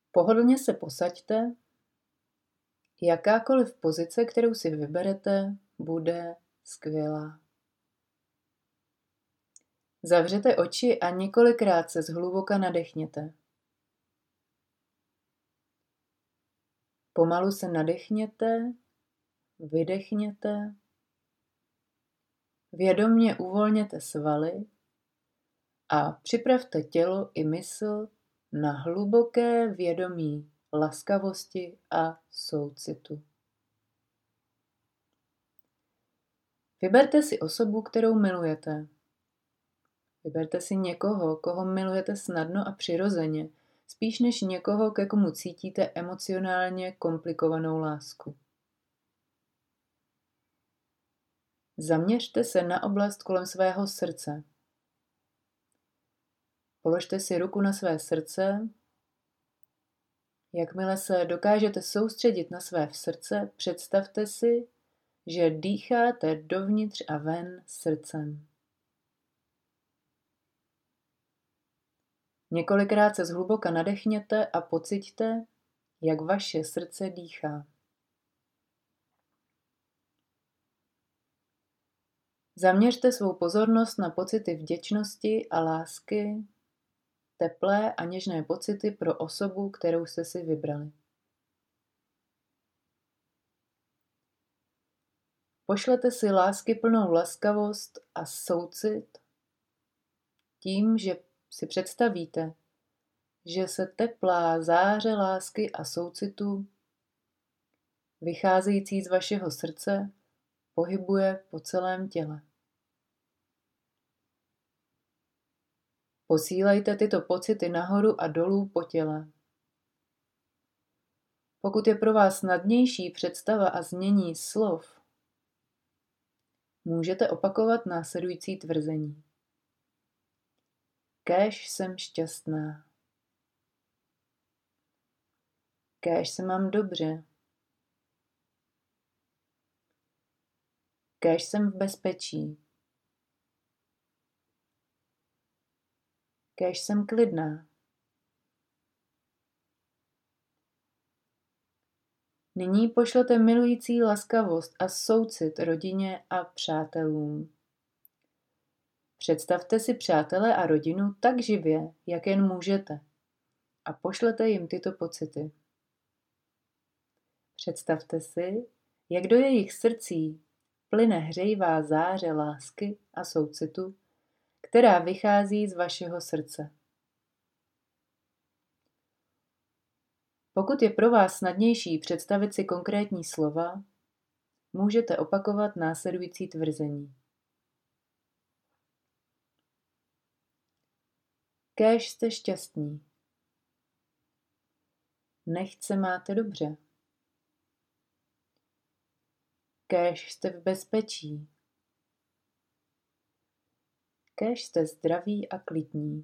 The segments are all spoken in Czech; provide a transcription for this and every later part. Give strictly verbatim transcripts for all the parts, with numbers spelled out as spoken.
Pohodlně se posaďte. Jakákoliv pozice, kterou si vyberete, bude skvělá. Zavřete oči a několikrát se zhluboka nadechněte. Pomalu se nadechněte, vydechněte. Vědomně uvolněte svaly a připravte tělo i mysl na hluboké vědomí laskavosti a soucitu. Vyberte si osobu, kterou milujete. Vyberte si někoho, koho milujete snadno a přirozeně, spíš než někoho, ke komu cítíte emocionálně komplikovanou lásku. Zaměřte se na oblast kolem svého srdce. Položte si ruku na své srdce. Jakmile se dokážete soustředit na své srdce, představte si, že dýcháte dovnitř a ven srdcem. Několikrát se zhluboka nadechněte a pociťte, jak vaše srdce dýchá. Zaměřte svou pozornost na pocity vděčnosti a lásky, teplé a něžné pocity pro osobu, kterou jste si vybrali. Pošlete si láskyplnou laskavost a soucit tím, že si představíte, že se teplá záře lásky a soucitu, vycházející z vašeho srdce, pohybuje po celém těle. Posílejte tyto pocity nahoru a dolů po těle. Pokud je pro vás snadnější představa a znění slov, můžete opakovat následující tvrzení. Kéž jsem šťastná. Kéž se mám dobře. Kéž jsem v bezpečí. Kéž jsem klidná. Nyní pošlete milující laskavost a soucit rodině a přátelům. Představte si přátele a rodinu tak živě, jak jen můžete, a pošlete jim tyto pocity. Představte si, jak do jejich srdcí plyne hřejivá záře lásky a soucitu, která vychází z vašeho srdce. Pokud je pro vás snadnější představit si konkrétní slova, můžete opakovat následující tvrzení. Kéž jste šťastní. Nechť se máte dobře. Kéž jste v bezpečí. Kéž jste zdraví a klidní.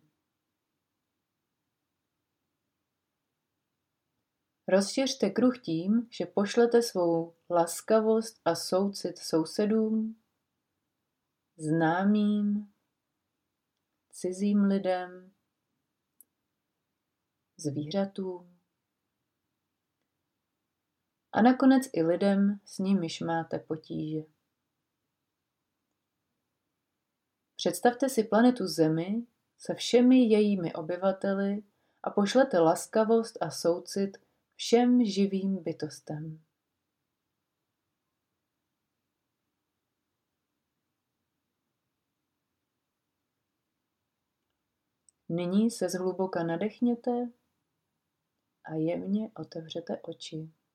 Rozšiřte kruh tím, že pošlete svou laskavost a soucit sousedům, známým, cizím lidem, zvířatům a nakonec i lidem, s nimiž máte potíže. Představte si planetu Zemi se všemi jejími obyvateli a pošlete laskavost a soucit všem živým bytostem. Nyní se zhluboka nadechněte a jemně otevřete oči.